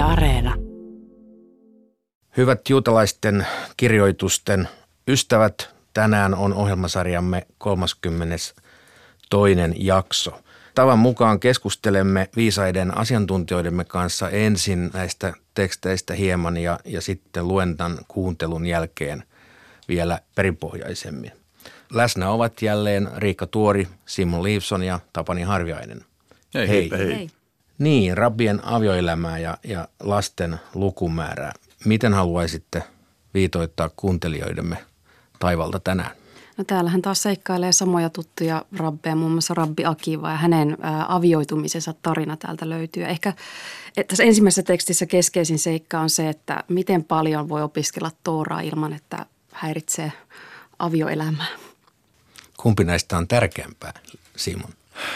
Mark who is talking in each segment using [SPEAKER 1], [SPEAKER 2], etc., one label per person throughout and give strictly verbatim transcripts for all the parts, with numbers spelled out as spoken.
[SPEAKER 1] Areena.
[SPEAKER 2] Hyvät juutalaisten kirjoitusten ystävät, tänään on ohjelmasarjamme kolmaskymmenestoinen jakso. Tavan mukaan keskustelemme viisaiden asiantuntijoidemme kanssa ensin näistä teksteistä hieman ja, ja sitten luentan kuuntelun jälkeen vielä perinpohjaisemmin. Läsnä ovat jälleen Riikka Tuori, Simon Leifson ja Tapani Harviainen.
[SPEAKER 3] Hei,
[SPEAKER 2] hei.
[SPEAKER 3] hei.
[SPEAKER 1] hei.
[SPEAKER 2] Niin, rabbien avioelämää ja, ja lasten lukumäärää. Miten haluaisitte viitoittaa kuuntelijoidemme taivalta tänään?
[SPEAKER 4] No täällähän taas seikkailee samoja tuttuja rabbeja, muun muassa Rabbi Akiva ja hänen ää, avioitumisensa tarina täältä löytyy. Ehkä tässä ensimmäisessä tekstissä keskeisin seikka on se, että miten paljon voi opiskella Tooraa ilman, että häiritsee avioelämää.
[SPEAKER 2] Kumpi näistä on tärkeämpää, Simon?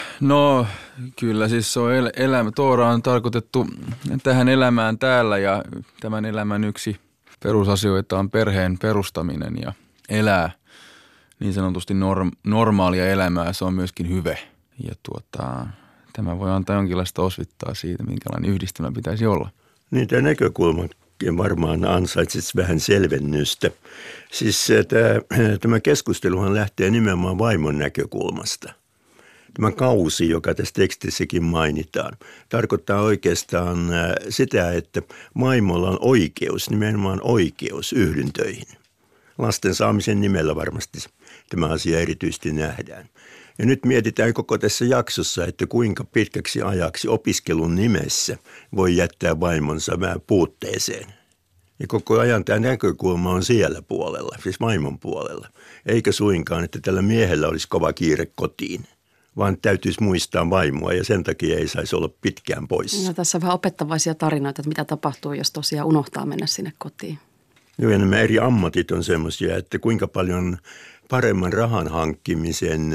[SPEAKER 3] No kyllä siis se on el- elämä. Toora on tarkoitettu tähän elämään täällä ja tämän elämän yksi perusasioita on perheen perustaminen ja elää niin sanotusti norm- normaalia elämää. Se on myöskin hyve ja tuota, tämä voi antaa jonkinlaista osvittaa siitä, minkälainen yhdistelmä pitäisi olla.
[SPEAKER 5] Niin tämä näkökulma varmaan ansaitsisi vähän selvennystä. Siis tämä, tämä keskusteluhan lähtee nimenomaan vaimon näkökulmasta. Tämä kausi, joka tässä tekstissäkin mainitaan, tarkoittaa oikeastaan sitä, että vaimolla on oikeus, nimenomaan oikeus yhdyntöihin. Lasten saamisen nimellä varmasti tämä asia erityisesti nähdään. Ja nyt mietitään koko tässä jaksossa, että kuinka pitkäksi ajaksi opiskelun nimessä voi jättää vaimonsa vähän puutteeseen. Ja koko ajan tämä näkökulma on siellä puolella, siis vaimon puolella. Eikä suinkaan, että tällä miehellä olisi kova kiire kotiin, vaan täytyisi muistaa vaimoa ja sen takia ei saisi olla pitkään poissa.
[SPEAKER 4] No, tässä on vähän opettavaisia tarinoita, että mitä tapahtuu, jos tosiaan unohtaa mennä sinne kotiin.
[SPEAKER 5] Joo, ja nämä eri ammatit on semmoisia, että kuinka paljon paremman rahan hankkimisen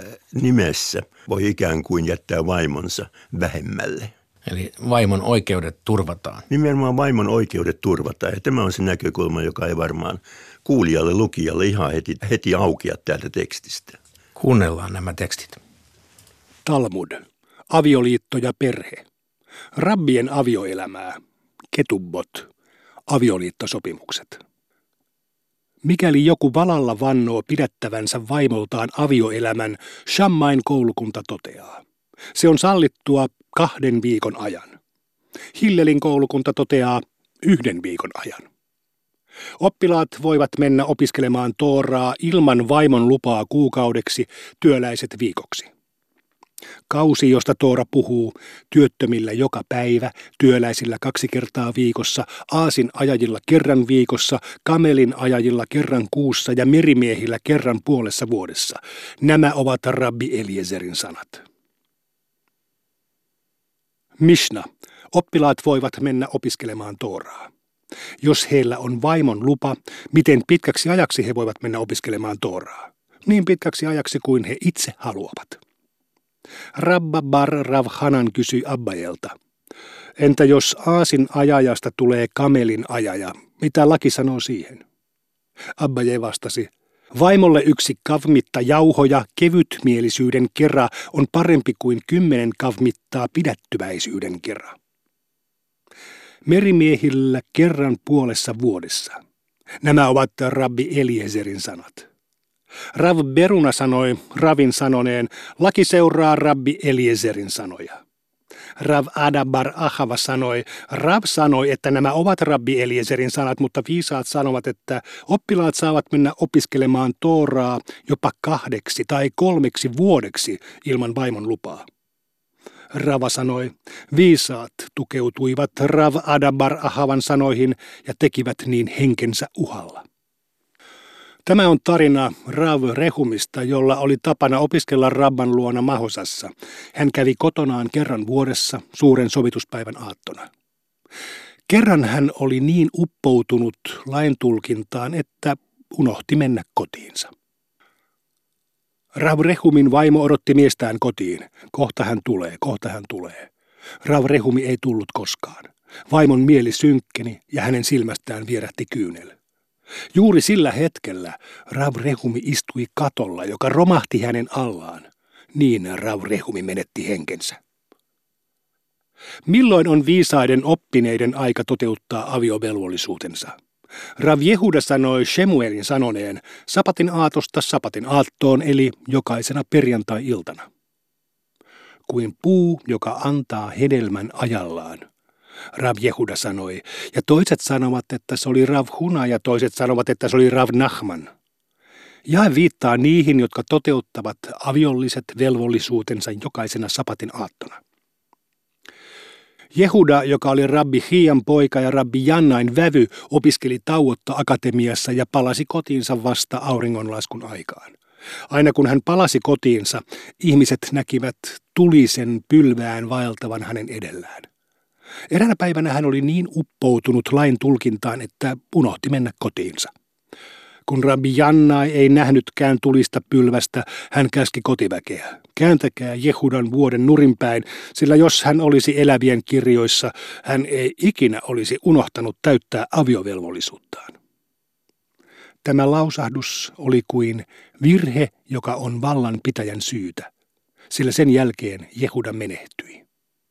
[SPEAKER 5] nimessä voi ikään kuin jättää vaimonsa vähemmälle.
[SPEAKER 2] Eli vaimon oikeudet turvataan.
[SPEAKER 5] Nimenomaan vaimon oikeudet turvataan. Ja tämä on se näkökulma, joka ei varmaan kuulijalle, lukijalle ihan heti, heti aukea täältä tekstistä.
[SPEAKER 2] Kuunnellaan nämä tekstit.
[SPEAKER 6] Talmud, avioliitto ja perhe, rabbien avioelämää, ketubbot, avioliittosopimukset. Mikäli joku valalla vannoo pidättävänsä vaimoltaan avioelämän, Shammain koulukunta toteaa. Se on sallittua kahden viikon ajan. Hillelin koulukunta toteaa yhden viikon ajan. Oppilaat voivat mennä opiskelemaan Tooraa ilman vaimon lupaa kuukaudeksi, työläiset viikoksi. Kausi, josta Toora puhuu, työttömillä joka päivä, työläisillä kaksi kertaa viikossa, aasin ajajilla kerran viikossa, kamelin ajajilla kerran kuussa ja merimiehillä kerran puolessa vuodessa. Nämä ovat Rabbi Eliezerin sanat. Mishna. Oppilaat voivat mennä opiskelemaan Tooraa. Jos heillä on vaimon lupa, miten pitkäksi ajaksi he voivat mennä opiskelemaan Tooraa? Niin pitkäksi ajaksi kuin he itse haluavat. Rabba bar Rav Hanan kysyi Abbajelta. Entä jos aasin ajajasta tulee kamelin ajaja, mitä laki sanoo siihen? Abbaje vastasi. Vaimolle yksi kavmitta jauhoja kevytmielisyyden kera on parempi kuin kymmenen kavmittaa pidättyväisyyden kera. Merimiehillä kerran puolessa vuodessa. Nämä ovat Rabbi Eliezerin sanat. Rav Beruna sanoi Ravin sanoneen, laki seuraa Rabbi Eliezerin sanoja. Rav Adabar Ahava sanoi, Rav sanoi, että nämä ovat Rabbi Eliezerin sanat, mutta viisaat sanovat, että oppilaat saavat mennä opiskelemaan Tooraa jopa kahdeksi tai kolmeksi vuodeksi ilman vaimon lupaa. Rava sanoi, viisaat tukeutuivat Rav Adabar Ahavan sanoihin ja tekivät niin henkensä uhalla. Tämä on tarina Rav Rehumista, jolla oli tapana opiskella Rabban luona Mahosassa. Hän kävi kotonaan kerran vuodessa suuren sovituspäivän aattona. Kerran hän oli niin uppoutunut laintulkintaan, että unohti mennä kotiinsa. Rav Rehumin vaimo odotti miestään kotiin. Kohta hän tulee, kohta hän tulee. Rav Rehumi ei tullut koskaan. Vaimon mieli synkkeni ja hänen silmästään vierähti kyynel. Juuri sillä hetkellä Rav Rehumi istui katolla, joka romahti hänen allaan. Niin Rav Rehumi menetti henkensä. Milloin on viisaiden oppineiden aika toteuttaa aviovelvollisuutensa? Rav Jehuda sanoi Shemuelin sanoneen sapatin aatosta sapatin aattoon, eli jokaisena perjantai-iltana. Kuin puu, joka antaa hedelmän ajallaan. Rav Jehuda sanoi, ja toiset sanovat, että se oli Rav Huna, ja toiset sanovat, että se oli Rav Nachman. Jae viittaa niihin, jotka toteuttavat aviolliset velvollisuutensa jokaisena sapatin aattona. Jehuda, joka oli Rabbi Hian poika ja Rabbi Jannain vävy, opiskeli tauotta akatemiassa ja palasi kotiinsa vasta auringonlaskun aikaan. Aina kun hän palasi kotiinsa, ihmiset näkivät tulisen pylvään vaeltavan hänen edellään. Eräänä päivänä hän oli niin uppoutunut lain tulkintaan, että unohti mennä kotiinsa. Kun Rabbi Jannai ei nähnytkään tulista pylvästä, hän käski kotiväkeä. Kääntäkää Jehudan vuoden nurinpäin, sillä jos hän olisi elävien kirjoissa, hän ei ikinä olisi unohtanut täyttää aviovelvollisuuttaan. Tämä lausahdus oli kuin virhe, joka on vallanpitäjän syytä, sillä sen jälkeen Jehuda menehtyi.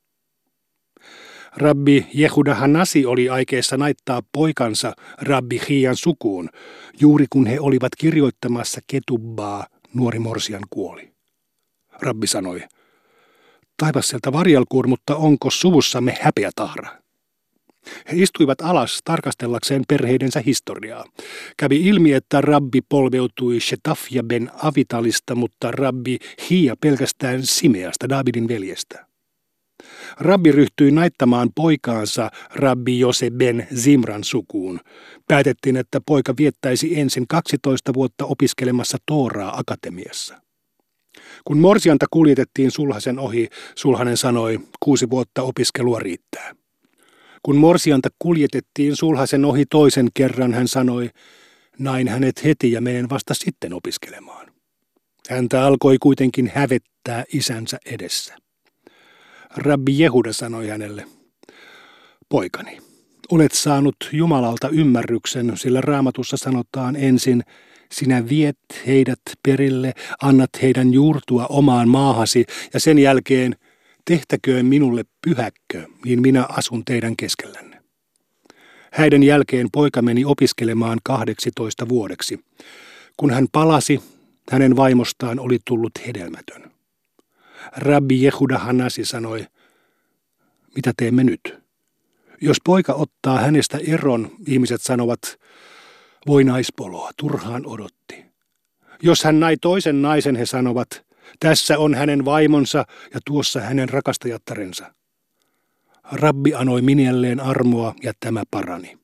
[SPEAKER 6] Rabbi Jehuda Hanasi oli aikeessa naittaa poikansa Rabbi Hian sukuun, juuri kun he olivat kirjoittamassa ketubbaa, nuori morsian kuoli. Rabbi sanoi, taivas sieltä varjalkuun, mutta onko suvussamme häpeätahra? He istuivat alas tarkastellakseen perheidensä historiaa. Kävi ilmi, että Rabbi polveutui Shetafia ben Avitalista, mutta Rabbi Hia pelkästään Simeasta, Davidin veljestä. Rabbi ryhtyi naittamaan poikaansa Rabbi Jose ben Zimran sukuun. Päätettiin, että poika viettäisi ensin kaksitoista vuotta opiskelemassa Tooraa akatemiassa. Kun morsianta kuljetettiin sulhasen ohi, sulhanen sanoi, kuusi vuotta opiskelua riittää. Kun morsianta kuljetettiin sulhasen ohi toisen kerran, hän sanoi, nain hänet heti ja menen vasta sitten opiskelemaan. Häntä alkoi kuitenkin hävettää isänsä edessä. Rabbi Jehuda sanoi hänelle, poikani, olet saanut Jumalalta ymmärryksen, sillä Raamatussa sanotaan ensin, sinä viet heidät perille, annat heidän juurtua omaan maahasi ja sen jälkeen tehtäköön minulle pyhäkkö, niin minä asun teidän keskellänne. Häiden jälkeen poika meni opiskelemaan kahdeksitoista vuodeksi. Kun hän palasi, hänen vaimostaan oli tullut hedelmätön. Rabbi Jehuda Hanasi sanoi, mitä teemme nyt? Jos poika ottaa hänestä eron, ihmiset sanovat, voi naispoloa, turhaan odotti. Jos hän nai toisen naisen, he sanovat, tässä on hänen vaimonsa ja tuossa hänen rakastajattarensa. Rabbi anoi minelleen armoa ja tämä parani.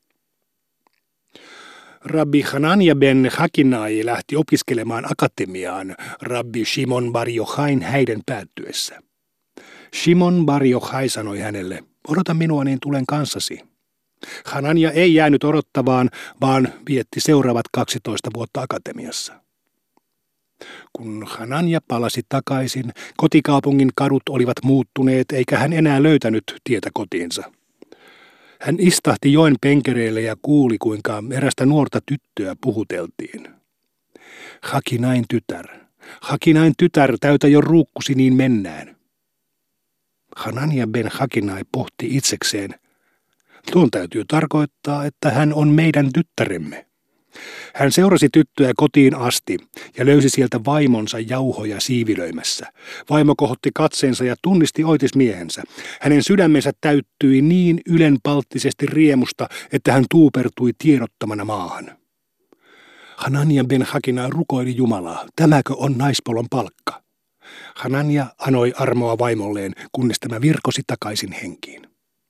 [SPEAKER 6] Rabbi Hanania ben Hakinai lähti opiskelemaan akatemiaan Rabbi Shimon bar Jochain häiden päättyessä. Shimon bar Jochai sanoi hänelle, odota minua niin tulen kanssasi. Hanania ei jäänyt odottavaan, vaan vietti seuraavat kaksitoista vuotta akatemiassa. Kun Hanania palasi takaisin, kotikaupungin kadut olivat muuttuneet, eikä hän enää löytänyt tietä kotiinsa. Hän istahti joen penkereille ja kuuli, kuinka erästä nuorta tyttöä puhuteltiin. Hakinain tytär, Hakinain tytär, täytä jo ruukkusi, niin mennään. Hanania ben Hakinai pohti itsekseen. Tuon täytyy tarkoittaa, että hän on meidän tyttäremme. Hän seurasi tyttöä kotiin asti ja löysi sieltä vaimonsa jauhoja siivilöimässä. Vaimo kohotti katseensa ja tunnisti oitismiehensä. Hänen sydämensä täyttyi niin ylenpalttisesti riemusta, että hän tuupertui tiedottamana maahan. Hanania ben Hakinai rukoili Jumalaa, tämäkö on naispolon palkka? Hanania anoi armoa vaimolleen, kunnes tämä virkosi takaisin henkiin.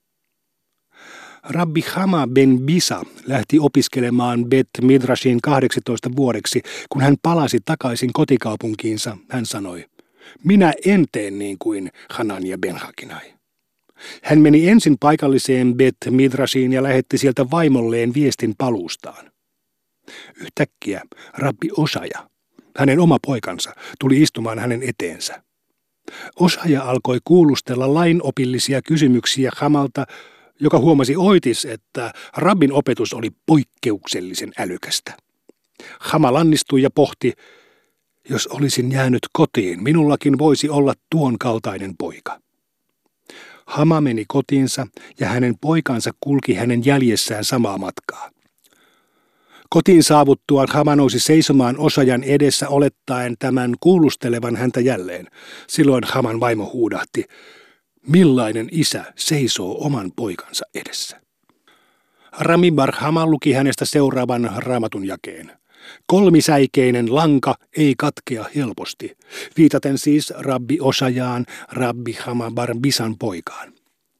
[SPEAKER 6] Rabbi Hama ben Bisa lähti opiskelemaan Bet Midrashin kahdeksitoista vuodeksi. Kun hän palasi takaisin kotikaupunkiinsa, hän sanoi, minä en tee niin kuin Hanania ben Hakinai. Hän meni ensin paikalliseen Bet Midrashiin ja lähetti sieltä vaimolleen viestin paluustaan. Yhtäkkiä Rabbi Osaja, hänen oma poikansa, tuli istumaan hänen eteensä. Osaja alkoi kuulustella lainopillisia kysymyksiä Hamalta, joka huomasi oitis, että rabbin opetus oli poikkeuksellisen älykästä. Hama lannistui ja pohti, jos olisin jäänyt kotiin, minullakin voisi olla tuon kaltainen poika. Hama meni kotiinsa ja hänen poikansa kulki hänen jäljessään samaa matkaa. Kotiin saavuttuaan Hama nousi seisomaan Osajan edessä olettaen tämän kuulustelevan häntä jälleen. Silloin Haman vaimo huudahti, millainen isä seisoo oman poikansa edessä. Rami bar Hama luki hänestä seuraavan raamatun jakeen. Kolmisäikeinen lanka ei katkea helposti, viitaten siis rabbi Osajaan, rabbi Hama bar Bisan poikaan.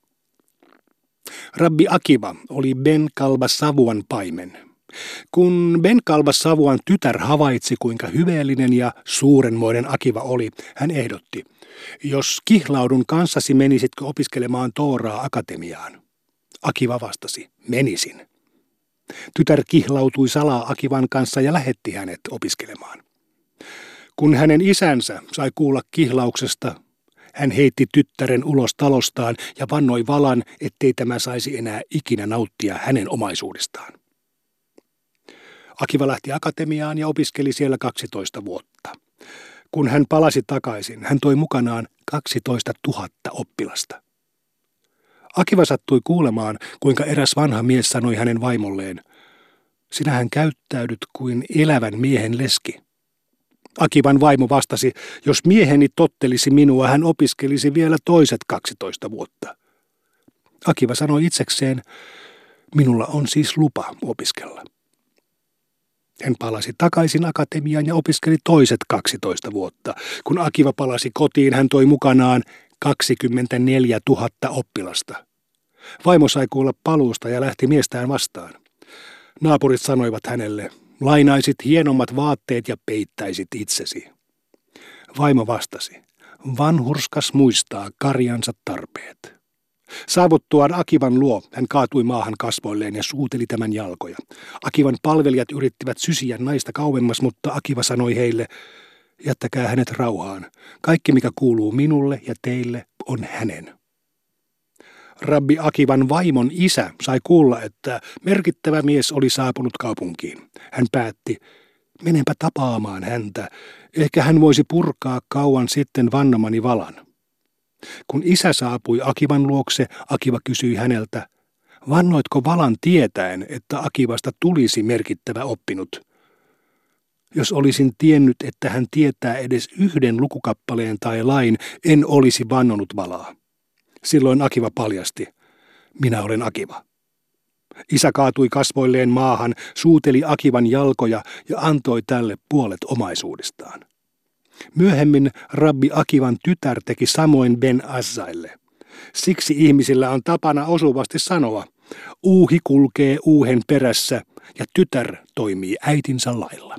[SPEAKER 6] Rabbi Akiva oli Ben Kalba Savuan paimen. Kun Ben Kalba Savuan tytär havaitsi, kuinka hyveellinen ja suurenmoinen Akiva oli, hän ehdotti, jos kihlaudun kanssasi menisitkö opiskelemaan Tooraa akatemiaan? Akiva vastasi, menisin. Tytär kihlautui salaa Akivan kanssa ja lähetti hänet opiskelemaan. Kun hänen isänsä sai kuulla kihlauksesta, hän heitti tyttären ulos talostaan ja vannoi valan, ettei tämä saisi enää ikinä nauttia hänen omaisuudestaan. Akiva lähti akatemiaan ja opiskeli siellä kaksitoista vuotta. Kun hän palasi takaisin, hän toi mukanaan kaksitoista tuhatta oppilasta. Akiva sattui kuulemaan, kuinka eräs vanha mies sanoi hänen vaimolleen, sinähän käyttäydyt kuin elävän miehen leski. Akivan vaimo vastasi, jos mieheni tottelisi minua, hän opiskelisi vielä toiset kaksitoista vuotta. Akiva sanoi itsekseen, minulla on siis lupa opiskella. Hän palasi takaisin akatemiaan ja opiskeli toiset kaksitoista vuotta. Kun Akiva palasi kotiin, hän toi mukanaan kaksikymmentäneljä tuhatta oppilasta. Vaimo sai kuulla paluusta ja lähti miestään vastaan. Naapurit sanoivat hänelle, lainaisit hienommat vaatteet ja peittäisit itsesi. Vaimo vastasi, vanhurskas muistaa karjansa tarpeet. Saavuttuaan Akivan luo, hän kaatui maahan kasvoilleen ja suuteli tämän jalkoja. Akivan palvelijat yrittivät sysiä naista kauemmas, mutta Akiva sanoi heille, jättäkää hänet rauhaan. Kaikki, mikä kuuluu minulle ja teille, on hänen. Rabbi Akivan vaimon isä sai kuulla, että merkittävä mies oli saapunut kaupunkiin. Hän päätti, menenpä tapaamaan häntä. Ehkä hän voisi purkaa kauan sitten vannomani valan. Kun isä saapui Akivan luokse, Akiva kysyi häneltä, vannoitko valan tietäen, että Akivasta tulisi merkittävä oppinut? Jos olisin tiennyt, että hän tietää edes yhden lukukappaleen tai lain, en olisi vannonut valaa. Silloin Akiva paljasti, minä olen Akiva. Isä kaatui kasvoilleen maahan, suuteli Akivan jalkoja ja antoi tälle puolet omaisuudestaan. Myöhemmin rabbi Akivan tytär teki samoin Ben Azzaille. Siksi ihmisillä on tapana osuvasti sanoa, uuhi kulkee uuhen perässä ja tytär toimii äitinsä lailla.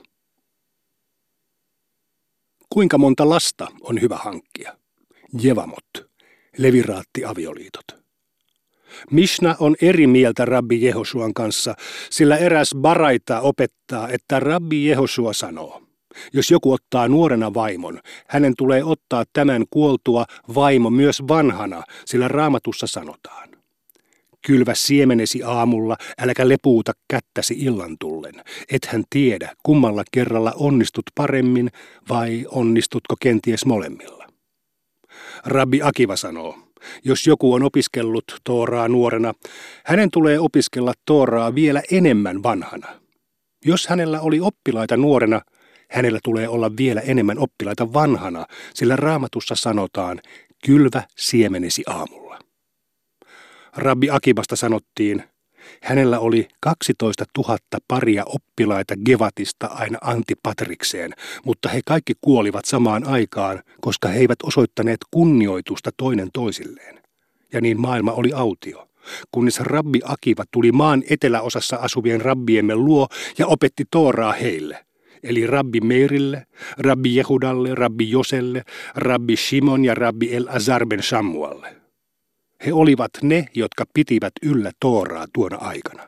[SPEAKER 6] Kuinka monta lasta on hyvä hankkia? Jevamot, leviraatti-avioliitot. Mishna on eri mieltä rabbi Jehosuan kanssa, sillä eräs baraita opettaa, että rabbi Jehosua sanoo, jos joku ottaa nuorena vaimon, hänen tulee ottaa tämän kuoltua vaimo myös vanhana, sillä Raamatussa sanotaan. Kylvä siemenesi aamulla, äläkä lepuuta kättäsi illan tullen. Ethän tiedä, kummalla kerralla onnistut paremmin vai onnistutko kenties molemmilla. Rabbi Akiva sanoo, jos joku on opiskellut Tooraa nuorena, hänen tulee opiskella Tooraa vielä enemmän vanhana. Jos hänellä oli oppilaita nuorena, hänellä tulee olla vielä enemmän oppilaita vanhana, sillä Raamatussa sanotaan, kylvä siemenesi aamulla. Rabbi Akivasta sanottiin, hänellä oli kaksitoista tuhatta paria oppilaita Gevatista aina Antipatrikseen, mutta he kaikki kuolivat samaan aikaan, koska he eivät osoittaneet kunnioitusta toinen toisilleen. Ja niin maailma oli autio, kunnes Rabbi Akiva tuli maan eteläosassa asuvien rabbiemme luo ja opetti Tooraa heille. Eli rabbi Meirille, rabbi Jehudalle, rabbi Joselle, rabbi Shimon ja rabbi El-Azar ben Shamualle. He olivat ne, jotka pitivät yllä Tooraa tuona aikana.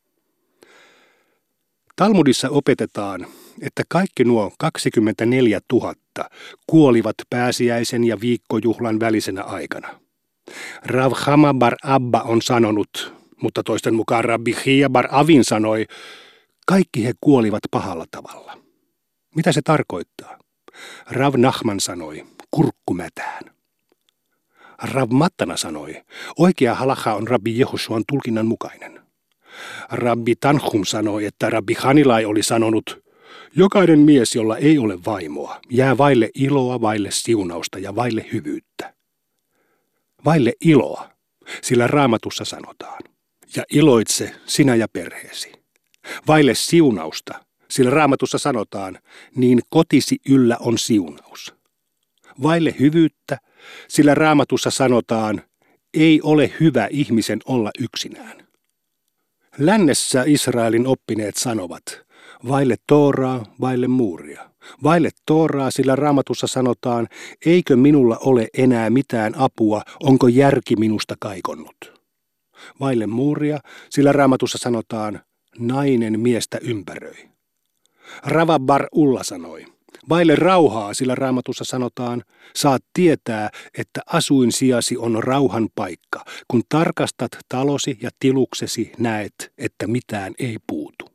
[SPEAKER 6] Talmudissa opetetaan, että kaikki nuo kaksikymmentäneljä tuhatta kuolivat pääsiäisen ja viikkojuhlan välisenä aikana. Rav Hama bar Abba on sanonut, mutta toisten mukaan rabbi Hia bar Avin sanoi, kaikki he kuolivat pahalla tavalla. Mitä se tarkoittaa? Rav Nachman sanoi, kurkkumätään. Rav Mattana sanoi, oikea halacha on Rabbi Jehoshuan tulkinnan mukainen. Rabbi Tanhum sanoi, että Rabbi Hanilai oli sanonut, jokainen mies, jolla ei ole vaimoa, jää vaille iloa, vaille siunausta ja vaille hyvyyttä. Vaille iloa, sillä Raamatussa sanotaan, ja iloitse sinä ja perheesi. Vaille siunausta, sillä Raamatussa sanotaan, niin kotisi yllä on siunaus. Vaille hyvyyttä, sillä Raamatussa sanotaan, ei ole hyvä ihmisen olla yksinään. Lännessä Israelin oppineet sanovat, vaille Tooraa, vaille muuria. Vaille Tooraa, sillä Raamatussa sanotaan, eikö minulla ole enää mitään apua, onko järki minusta kaikonnut. Vaille muuria, sillä Raamatussa sanotaan, nainen miestä ympäröi. Rava Bar Ulla sanoi, vaille rauhaa, sillä Raamatussa sanotaan, saat tietää, että asuinsijasi on rauhan paikka, kun tarkastat talosi ja tiluksesi näet, että mitään ei puutu.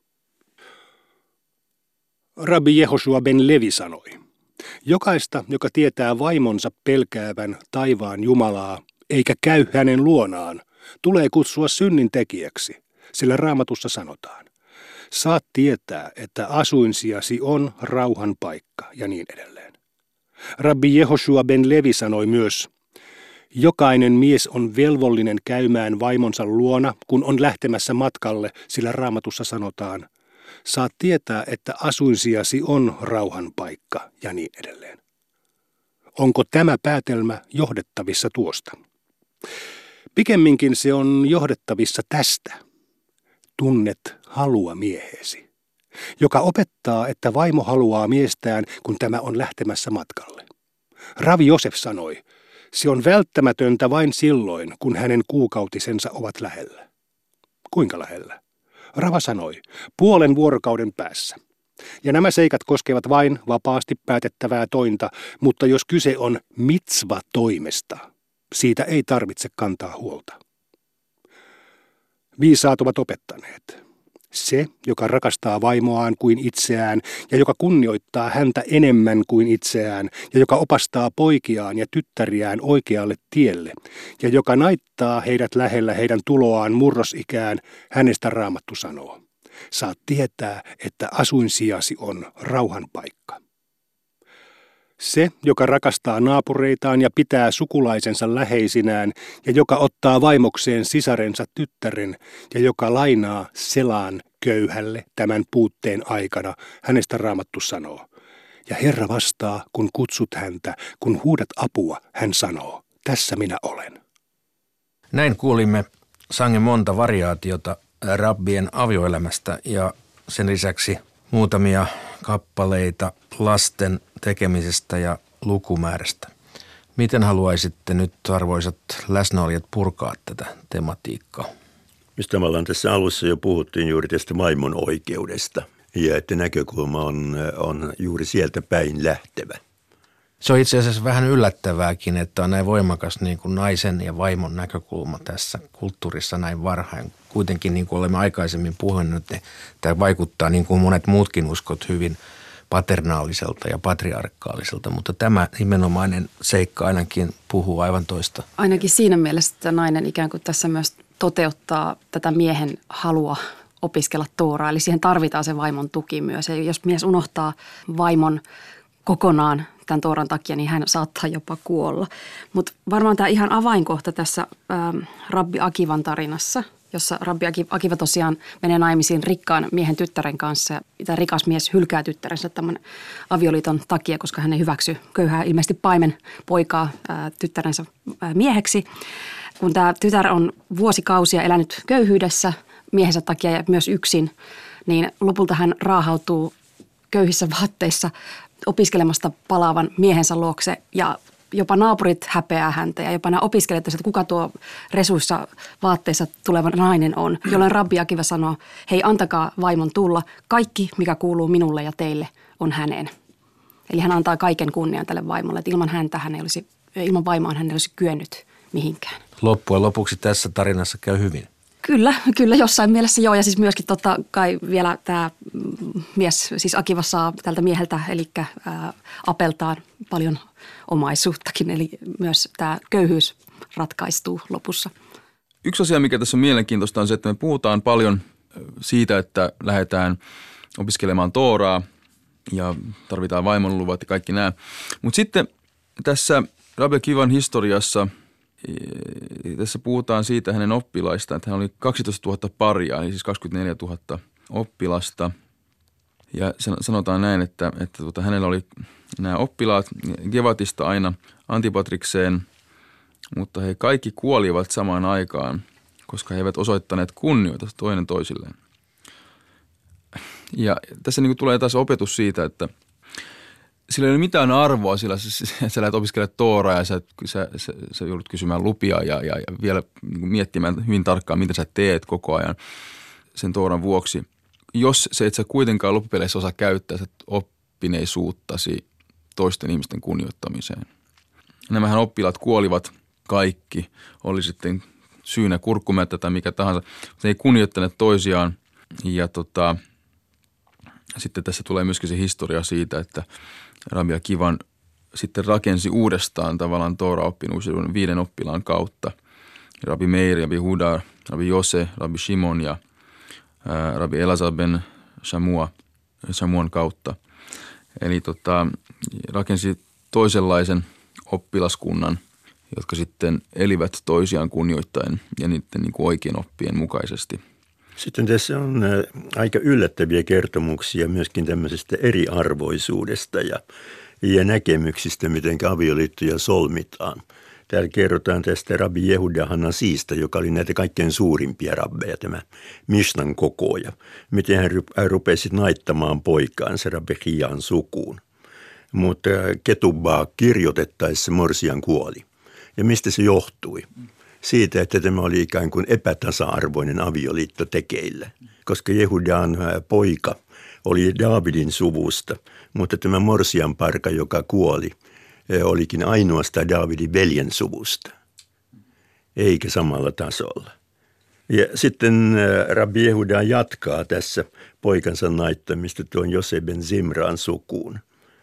[SPEAKER 6] Rabbi Jehoshua ben Levi sanoi, jokaista, joka tietää vaimonsa pelkäävän taivaan Jumalaa, eikä käy hänen luonaan, tulee kutsua synnintekijäksi, sillä Raamatussa sanotaan, saat tietää, että asuinsijasi on rauhan paikka ja niin edelleen. Rabbi Jehoshua ben Levi sanoi myös, jokainen mies on velvollinen käymään vaimonsa luona, kun on lähtemässä matkalle, sillä Raamatussa sanotaan, saat tietää, että asuinsijasi on rauhan paikka ja niin edelleen. Onko tämä päätelmä johdettavissa tuosta? Pikemminkin se on johdettavissa tästä. Tunnet halua mieheesi, joka opettaa, että vaimo haluaa miestään, kun tämä on lähtemässä matkalle. Ravi Josef sanoi, se on välttämätöntä vain silloin, kun hänen kuukautisensa ovat lähellä. Kuinka lähellä? Rava sanoi, puolen vuorokauden päässä. Ja nämä seikat koskevat vain vapaasti päätettävää tointa, mutta jos kyse on mitsva-toimesta, siitä ei tarvitse kantaa huolta. Viisaat ovat opettaneet. Se, joka rakastaa vaimoaan kuin itseään ja joka kunnioittaa häntä enemmän kuin itseään ja joka opastaa poikiaan ja tyttäriään oikealle tielle ja joka naittaa heidät lähellä heidän tuloaan murrosikään, hänestä Raamattu sanoo. Saat tietää, että asuinsijasi on rauhan paikka. Se, joka rakastaa naapureitaan ja pitää sukulaisensa läheisinään ja joka ottaa vaimokseen sisarensa tyttären ja joka lainaa selaan köyhälle tämän puutteen aikana, hänestä Raamattu sanoo. Ja Herra vastaa, kun kutsut häntä, kun huudat apua, hän sanoo, tässä minä olen.
[SPEAKER 2] Näin kuulimme sangen monta variaatiota rabbien avioelämästä ja sen lisäksi muutamia kappaleita lasten tekemisestä ja lukumäärästä. Miten haluaisitte nyt, arvoisat läsnäolijat, purkaa tätä tematiikkaa?
[SPEAKER 5] Mistä me ollaan tässä alussa jo puhuttiin juuri tästä vaimon oikeudesta ja että näkökulma on, on juuri sieltä päin lähtevä.
[SPEAKER 2] Se on itse asiassa vähän yllättävääkin, että on näin voimakas niin kuin naisen ja vaimon näkökulma tässä kulttuurissa näin varhain. Kuitenkin niin kuin olemme aikaisemmin puhuneet, että tämä vaikuttaa niin kuin monet muutkin uskot hyvin paternaaliselta ja patriarkaaliselta, mutta tämä nimenomainen seikka ainakin puhuu aivan toista.
[SPEAKER 4] Ainakin siinä mielessä, että nainen ikään kuin tässä myös toteuttaa tätä miehen halua opiskella Tooraa, eli siihen tarvitaan se vaimon tuki myös. Ja jos mies unohtaa vaimon kokonaan tämän Tooran takia, niin hän saattaa jopa kuolla. Mutta varmaan tämä ihan avainkohta tässä ää, Rabbi Akivan tarinassa, jossa Rabbi Akiva tosiaan menee naimisiin rikkaan miehen tyttären kanssa. Tämä rikas mies hylkää tyttärensä tämän avioliiton takia, koska hän ei hyväksy köyhää ilmeisesti paimen poikaa ää, tyttärensä ää, mieheksi. Kun tämä tytär on vuosikausia elänyt köyhyydessä miehensä takia ja myös yksin, niin lopulta hän raahautuu köyhissä vaatteissa opiskelemasta palaavan miehensä luokse ja jopa naapurit häpeää häntä ja jopa nämä opiskelijat, että kuka tuo resuissa vaatteissa tuleva nainen on, jolloin Rabbi Akiva sanoo, hei antakaa vaimon tulla, kaikki mikä kuuluu minulle ja teille on hänen. Eli hän antaa kaiken kunnian tälle vaimolle, että ilman häntä hän ei olisi, ilman vaimoa hän ei olisi kyennyt mihinkään.
[SPEAKER 2] Loppujen lopuksi tässä tarinassa käy hyvin.
[SPEAKER 4] Kyllä, kyllä jossain mielessä joo ja siis myöskin totta kai vielä tämä mies, siis Akiva saa tältä mieheltä eli ää, apeltaan paljon omaisuuttakin, eli myös tämä köyhyys ratkaistuu lopussa.
[SPEAKER 3] Yksi asia, mikä tässä on mielenkiintoista, on se, että me puhutaan paljon siitä, että lähdetään opiskelemaan Tooraa ja tarvitaan vaimonluvat ja kaikki nämä. Mutta sitten tässä Rabbi Akivan historiassa, tässä puhutaan siitä hänen oppilaistaan, että hän oli kaksitoistatuhatta paria, eli siis kaksikymmentäneljätuhatta oppilasta. Ja sanotaan näin, että, että tuota, hänellä oli nämä oppilaat Gevatista aina Antipatrikseen, mutta he kaikki kuolivat samaan aikaan, koska he eivät osoittaneet kunnioita toinen toisilleen. Ja tässä niin kuin tulee taas opetus siitä, että sillä ei ole mitään arvoa, sillä sä lähdet opiskelemaan Tooraa ja sä, sä, sä, sä joudut kysymään lupia ja, ja, ja vielä niin kuin miettimään hyvin tarkkaan, mitä sä teet koko ajan sen Tooran vuoksi. Jos se et sä kuitenkaan loppupeleissä osaa käyttää sä oppineisuuttasi toisten ihmisten kunnioittamiseen. Nämähän oppilaat kuolivat kaikki, oli sitten syynä kurkkumättä tai mikä tahansa. Se ei kunnioittaneet toisiaan ja tota, sitten tässä tulee myöskin se historia siitä, että Rabbi Akivan sitten rakensi uudestaan tavallaan Toora-oppinuuden viiden oppilaan kautta. Rabbi Meir, Rabbi Hudar, Rabbi Jose, Rabbi Shimon ja ää, Rabbi Elazar ben Shamua, Shamuan kautta. Eli tota, rakensi toisenlaisen oppilaskunnan, jotka sitten elivät toisiaan kunnioittaen ja niiden niin kuin oikein oppien mukaisesti.
[SPEAKER 5] Sitten tässä on aika yllättäviä kertomuksia myöskin tämmöisestä eriarvoisuudesta ja, ja näkemyksistä, miten avioliittoja solmitaan. Täällä kerrotaan tästä Rabbi Jehuda Hanasista, joka oli näitä kaikkein suurimpia rabbeja, tämä Mishnan kokoja. Miten hän rupesi naittamaan poikaansa Rabbi Chian sukuun. Mutta Ketubaa kirjoitettaessa morsian kuoli. Ja mistä se johtui? Siitä, että tämä oli ikään kuin epätasa-arvoinen avioliitto tekeillä, koska Jehudan poika oli Daavidin suvusta, mutta tämä morsian parka, joka kuoli, olikin ainoastaan Daavidin veljen suvusta, eikä samalla tasolla. Ja sitten Rabbi Jehuda jatkaa tässä poikansa naittamista tuon Jose ben Zimraan sukuun.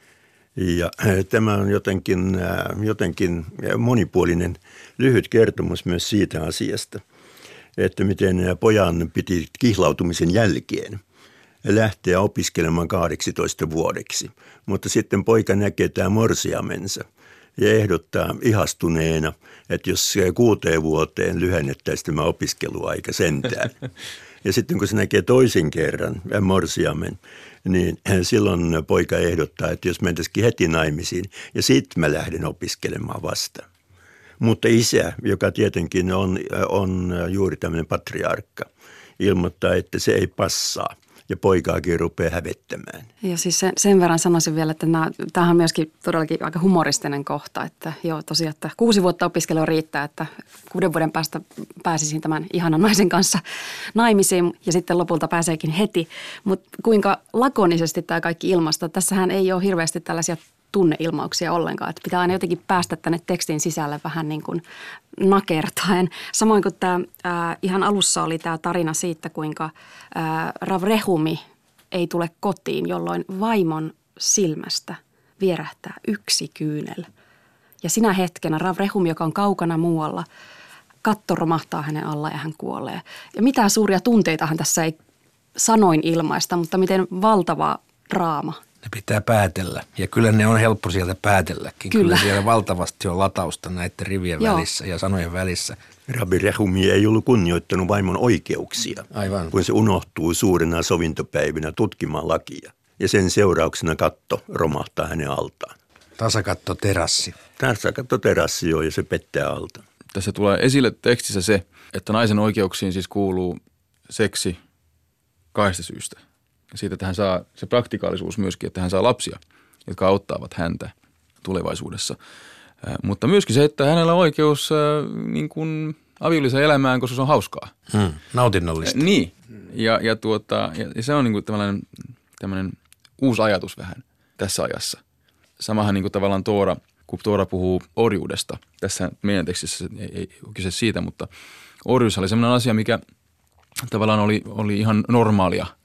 [SPEAKER 5] Ja tämä on jotenkin, jotenkin monipuolinen lyhyt kertomus myös siitä asiasta, että miten pojan piti kihlautumisen jälkeen lähteä opiskelemaan kahdeksantoista vuodeksi. Mutta sitten poika näkee tämä morsiamensa ja ehdottaa ihastuneena, että jos kuuteen vuoteen lyhennettäisiin tämä opiskeluaika sentään. Ja sitten kun se näkee toisen kerran morsiamen, niin silloin poika ehdottaa, että jos mentäisikin heti naimisiin ja sitten mä lähden opiskelemaan vasta. Mutta isä, joka tietenkin on, on juuri tämmöinen patriarkka, ilmoittaa, että se ei passaa. Ja poikaakin rupeaa hävettämään.
[SPEAKER 4] Ja siis sen, sen verran sanoisin vielä, että nämä, tämähän on myöskin todellakin aika humoristinen kohta, että joo tosiaan, että kuusi vuotta opiskelua riittää, että kuuden vuoden päästä pääsisin tämän ihanan naisen kanssa naimisiin ja sitten lopulta pääseekin heti. Mutta kuinka lakonisesti tämä kaikki ilmasta, tässähän ei ole hirveästi tällaisia tunneilmauksia ollenkaan, että pitää aina jotenkin päästä tänne tekstin sisälle vähän niin kuin nakertaen. Samoin kuin tämä ää, ihan alussa oli tämä tarina siitä, kuinka ää, Rav Rehumi ei tule kotiin, jolloin vaimon silmästä vierähtää yksi kyynel. Ja sinä hetkenä Rav Rehumi, joka on kaukana muualla, katto romahtaa hänen alla ja hän kuolee. Ja mitään suuria tunteitahan tässä ei sanoin ilmaista, mutta miten valtava draama.
[SPEAKER 2] Ne pitää päätellä. Ja kyllä ne on helppo sieltä päätelläkin. Kyllä, kyllä siellä valtavasti on latausta näiden rivien Joo. välissä ja sanojen välissä.
[SPEAKER 5] Rabbi Rehumi ei ollut kunnioittanut vaimon oikeuksia,
[SPEAKER 2] Aivan.
[SPEAKER 5] kun se unohtuu suurena sovintopäivinä tutkimaan lakia. Ja sen seurauksena katto romahtaa hänen altaan.
[SPEAKER 2] Tasakatto terassi.
[SPEAKER 5] Tasakatto terassi joo, ja se pettää alta.
[SPEAKER 3] Tässä tulee esille tekstissä se, että naisen oikeuksiin siis kuuluu seksi kahdesta syystä. Siitä, että hän saa se praktikaalisuus myöskin, että hän saa lapsia, jotka auttavat häntä tulevaisuudessa. Äh, mutta myöskin se, että hänellä on oikeus äh, niin kuin aviolliseen elämään, koska se on hauskaa.
[SPEAKER 2] Hmm, nautinnollista.
[SPEAKER 3] Äh, niin. Ja, ja, tuota, ja, ja se on niin kuin tämmöinen, tämmöinen uusi ajatus vähän tässä ajassa. Samahan niin kuin tavallaan Toora, kun Toora puhuu orjuudesta. Tässä meidän tekstissä ei, ei ole kyse siitä, mutta orjuus oli semmoinen asia, mikä tavallaan oli, oli ihan normaalia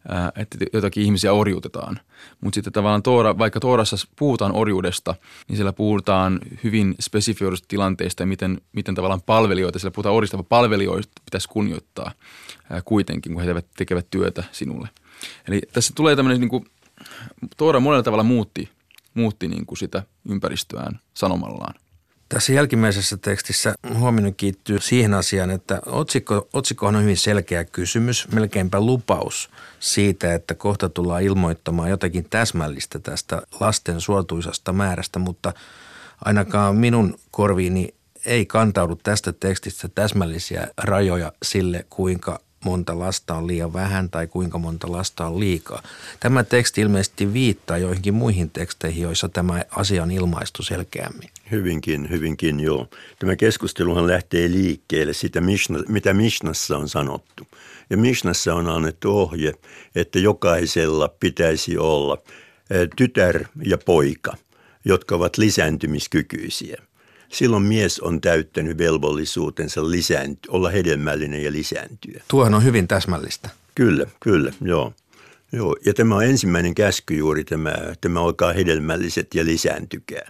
[SPEAKER 3] ää, että jotakin ihmisiä orjuutetaan. Mutta sitten tavallaan Toora, vaikka Toorassa puhutaan orjuudesta, niin siellä puhutaan hyvin spesifioidusta tilanteista ja miten, miten tavallaan palvelijoita, siellä puhutaan orjista, vaan palvelijoista pitäisi kunnioittaa ää, kuitenkin, kun he tekevät työtä sinulle. Eli tässä tulee tämmöinen, niin kuin, Toora monella tavalla muutti, muutti niin kuin sitä ympäristöään sanomallaan.
[SPEAKER 2] Tässä jälkimmäisessä tekstissä huomio kiittyy siihen asiaan, että otsikko, otsikkohan on hyvin selkeä kysymys, melkeinpä lupaus siitä, että kohta tullaan ilmoittamaan jotakin täsmällistä tästä lasten suotuisasta määrästä, mutta ainakaan minun korviini ei kantaudu tästä tekstistä täsmällisiä rajoja sille, kuinka monta lasta on liian vähän tai kuinka monta lasta on liikaa. Tämä teksti ilmeisesti viittaa joihinkin muihin teksteihin, joissa tämä asia on ilmaistu selkeämmin.
[SPEAKER 5] Hyvinkin, hyvinkin joo. Tämä keskusteluhan lähtee liikkeelle sitä, mitä Mishnassa on sanottu. Ja Mishnassa on annettu ohje, että jokaisella pitäisi olla tytär ja poika, jotka ovat lisääntymiskykyisiä. Silloin mies on täyttänyt velvollisuutensa lisäänty- olla hedelmällinen ja lisääntyä.
[SPEAKER 2] Tuohan on hyvin täsmällistä.
[SPEAKER 5] Kyllä, kyllä, joo. joo. Ja tämä on ensimmäinen käsky juuri tämä, tämä olkaa hedelmälliset ja lisääntykää.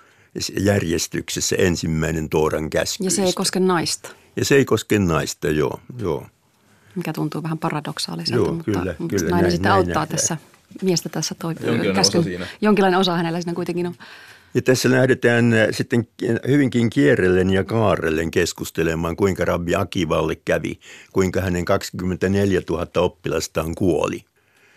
[SPEAKER 5] Järjestyksessä ensimmäinen Tooran käskyistä.
[SPEAKER 4] Ja se ei koske naista.
[SPEAKER 5] Ja se ei koske naista, joo, joo.
[SPEAKER 4] Mikä tuntuu vähän paradoksaaliselta,
[SPEAKER 5] joo,
[SPEAKER 4] mutta,
[SPEAKER 5] kyllä,
[SPEAKER 4] mutta
[SPEAKER 5] kyllä,
[SPEAKER 4] nainen
[SPEAKER 5] näin,
[SPEAKER 4] sitten
[SPEAKER 5] näin
[SPEAKER 4] auttaa
[SPEAKER 5] nähdään.
[SPEAKER 4] tässä miestä tässä toi,
[SPEAKER 3] Jonkinlainen
[SPEAKER 4] käskyn.
[SPEAKER 3] osa siinä.
[SPEAKER 4] Jonkinlainen osa hänellä siinä kuitenkin on.
[SPEAKER 5] Ja tässä lähdetään sitten hyvinkin kierrellen ja kaarrellen keskustelemaan, kuinka Rabbi Akivalle kävi, kuinka hänen kaksikymmentäneljätuhatta oppilastaan kuoli.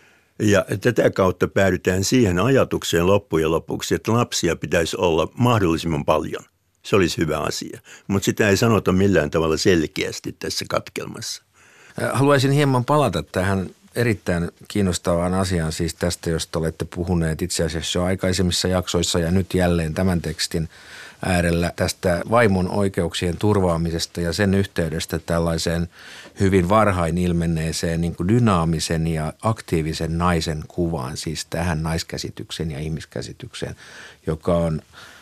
[SPEAKER 5] Ja tätä kautta päädytään siihen ajatukseen loppujen lopuksi, että lapsia pitäisi olla mahdollisimman paljon. Se olisi hyvä asia, mutta sitä ei sanota millään tavalla selkeästi tässä katkelmassa.
[SPEAKER 2] Haluaisin hieman palata tähän erittäin kiinnostavaan asiaan, siis tästä, josta olette puhuneet itse asiassa jo aikaisemmissa jaksoissa ja nyt jälleen tämän tekstin äärellä tästä vaimon oikeuksien turvaamisesta ja sen yhteydestä tällaiseen hyvin varhain ilmenneeseen niin kuin dynaamisen ja aktiivisen naisen kuvaan, siis tähän naiskäsitykseen ja ihmiskäsitykseen, joka on,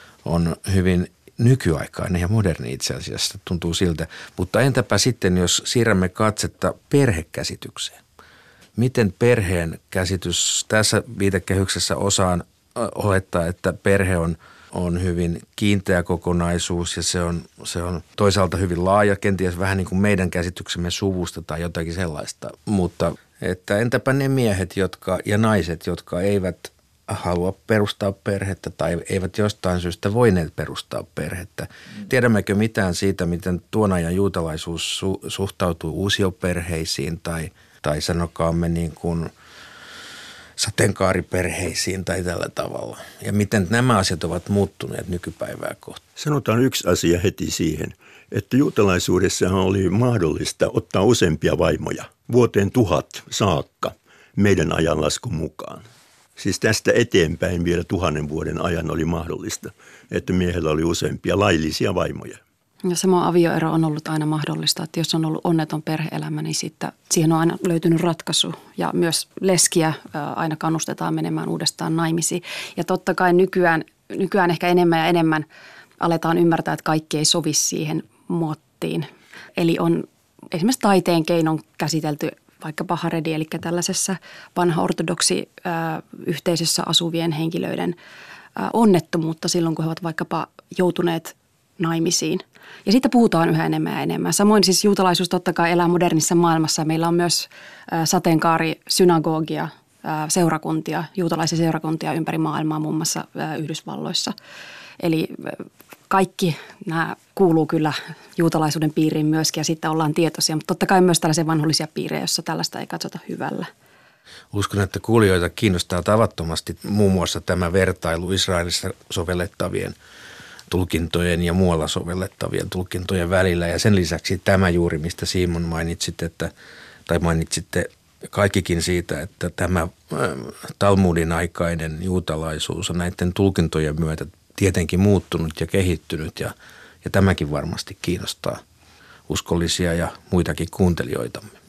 [SPEAKER 2] on hyvin nykyaikainen ja moderni itse asiassa, tuntuu siltä. Mutta entäpä sitten, jos siirrämme katsetta perhekäsitykseen? Miten perheen käsitys tässä viitekehyksessä osaan olettaa, että perhe on, on hyvin kiinteä kokonaisuus ja se on, se on toisaalta hyvin laaja, kenties vähän niin kuin meidän käsityksemme suvusta tai jotakin sellaista. Mutta että entäpä ne miehet jotka, ja naiset, jotka eivät halua perustaa perhettä tai eivät jostain syystä voineet perustaa perhettä. Tiedämmekö mitään siitä, miten tuon ajan juutalaisuus su- suhtautuu uusioperheisiin tai tai sanokaamme niin kuin sateenkaariperheisiin tai tällä tavalla. Ja miten nämä asiat ovat muuttuneet nykypäivää kohti?
[SPEAKER 5] Sanotaan yksi asia heti siihen, että juutalaisuudessahan oli mahdollista ottaa useampia vaimoja vuoteen tuhat saakka meidän ajanlaskun mukaan. Siis tästä eteenpäin vielä tuhannen vuoden ajan oli mahdollista, että miehellä oli useampia laillisia vaimoja.
[SPEAKER 4] Ja sama avioero on ollut aina mahdollista, että jos on ollut onneton perhe-elämä, niin siitä, siihen on aina löytynyt ratkaisu. Ja myös leskiä aina kannustetaan menemään uudestaan naimisiin. Ja totta kai nykyään, nykyään ehkä enemmän ja enemmän aletaan ymmärtää, että kaikki ei sovi siihen muottiin. Eli on esimerkiksi taiteen keinon käsitelty vaikkapa haredi, eli tällaisessa vanha ortodoksi yhteisössä asuvien henkilöiden onnettomuutta silloin, kun he ovat vaikkapa joutuneet naimisiin. Ja siitä puhutaan yhä enemmän ja enemmän. Samoin siis juutalaisuus totta kai elää modernissa maailmassa. Meillä on myös sateenkaarisynagogia, seurakuntia, juutalaisia seurakuntia ympäri maailmaa, muun muassa Yhdysvalloissa. Eli kaikki nämä kuuluu kyllä juutalaisuuden piiriin myöskin ja siitä ollaan tietoisia, mutta totta kai myös tällaisia vanhollisia piirejä, joissa tällaista ei katsota hyvällä.
[SPEAKER 2] Uskon, että kuulijoita kiinnostaa tavattomasti muun muassa tämä vertailu Israelissa sovellettavien tulkintojen ja muualla sovellettavien tulkintojen välillä. Ja sen lisäksi tämä juuri, mistä Simon mainitsit, että, tai mainitsitte kaikkikin siitä, että tämä Talmudin aikainen juutalaisuus on näiden tulkintojen myötä tietenkin muuttunut ja kehittynyt. Ja, ja tämäkin varmasti kiinnostaa uskollisia ja muitakin kuuntelijoitamme.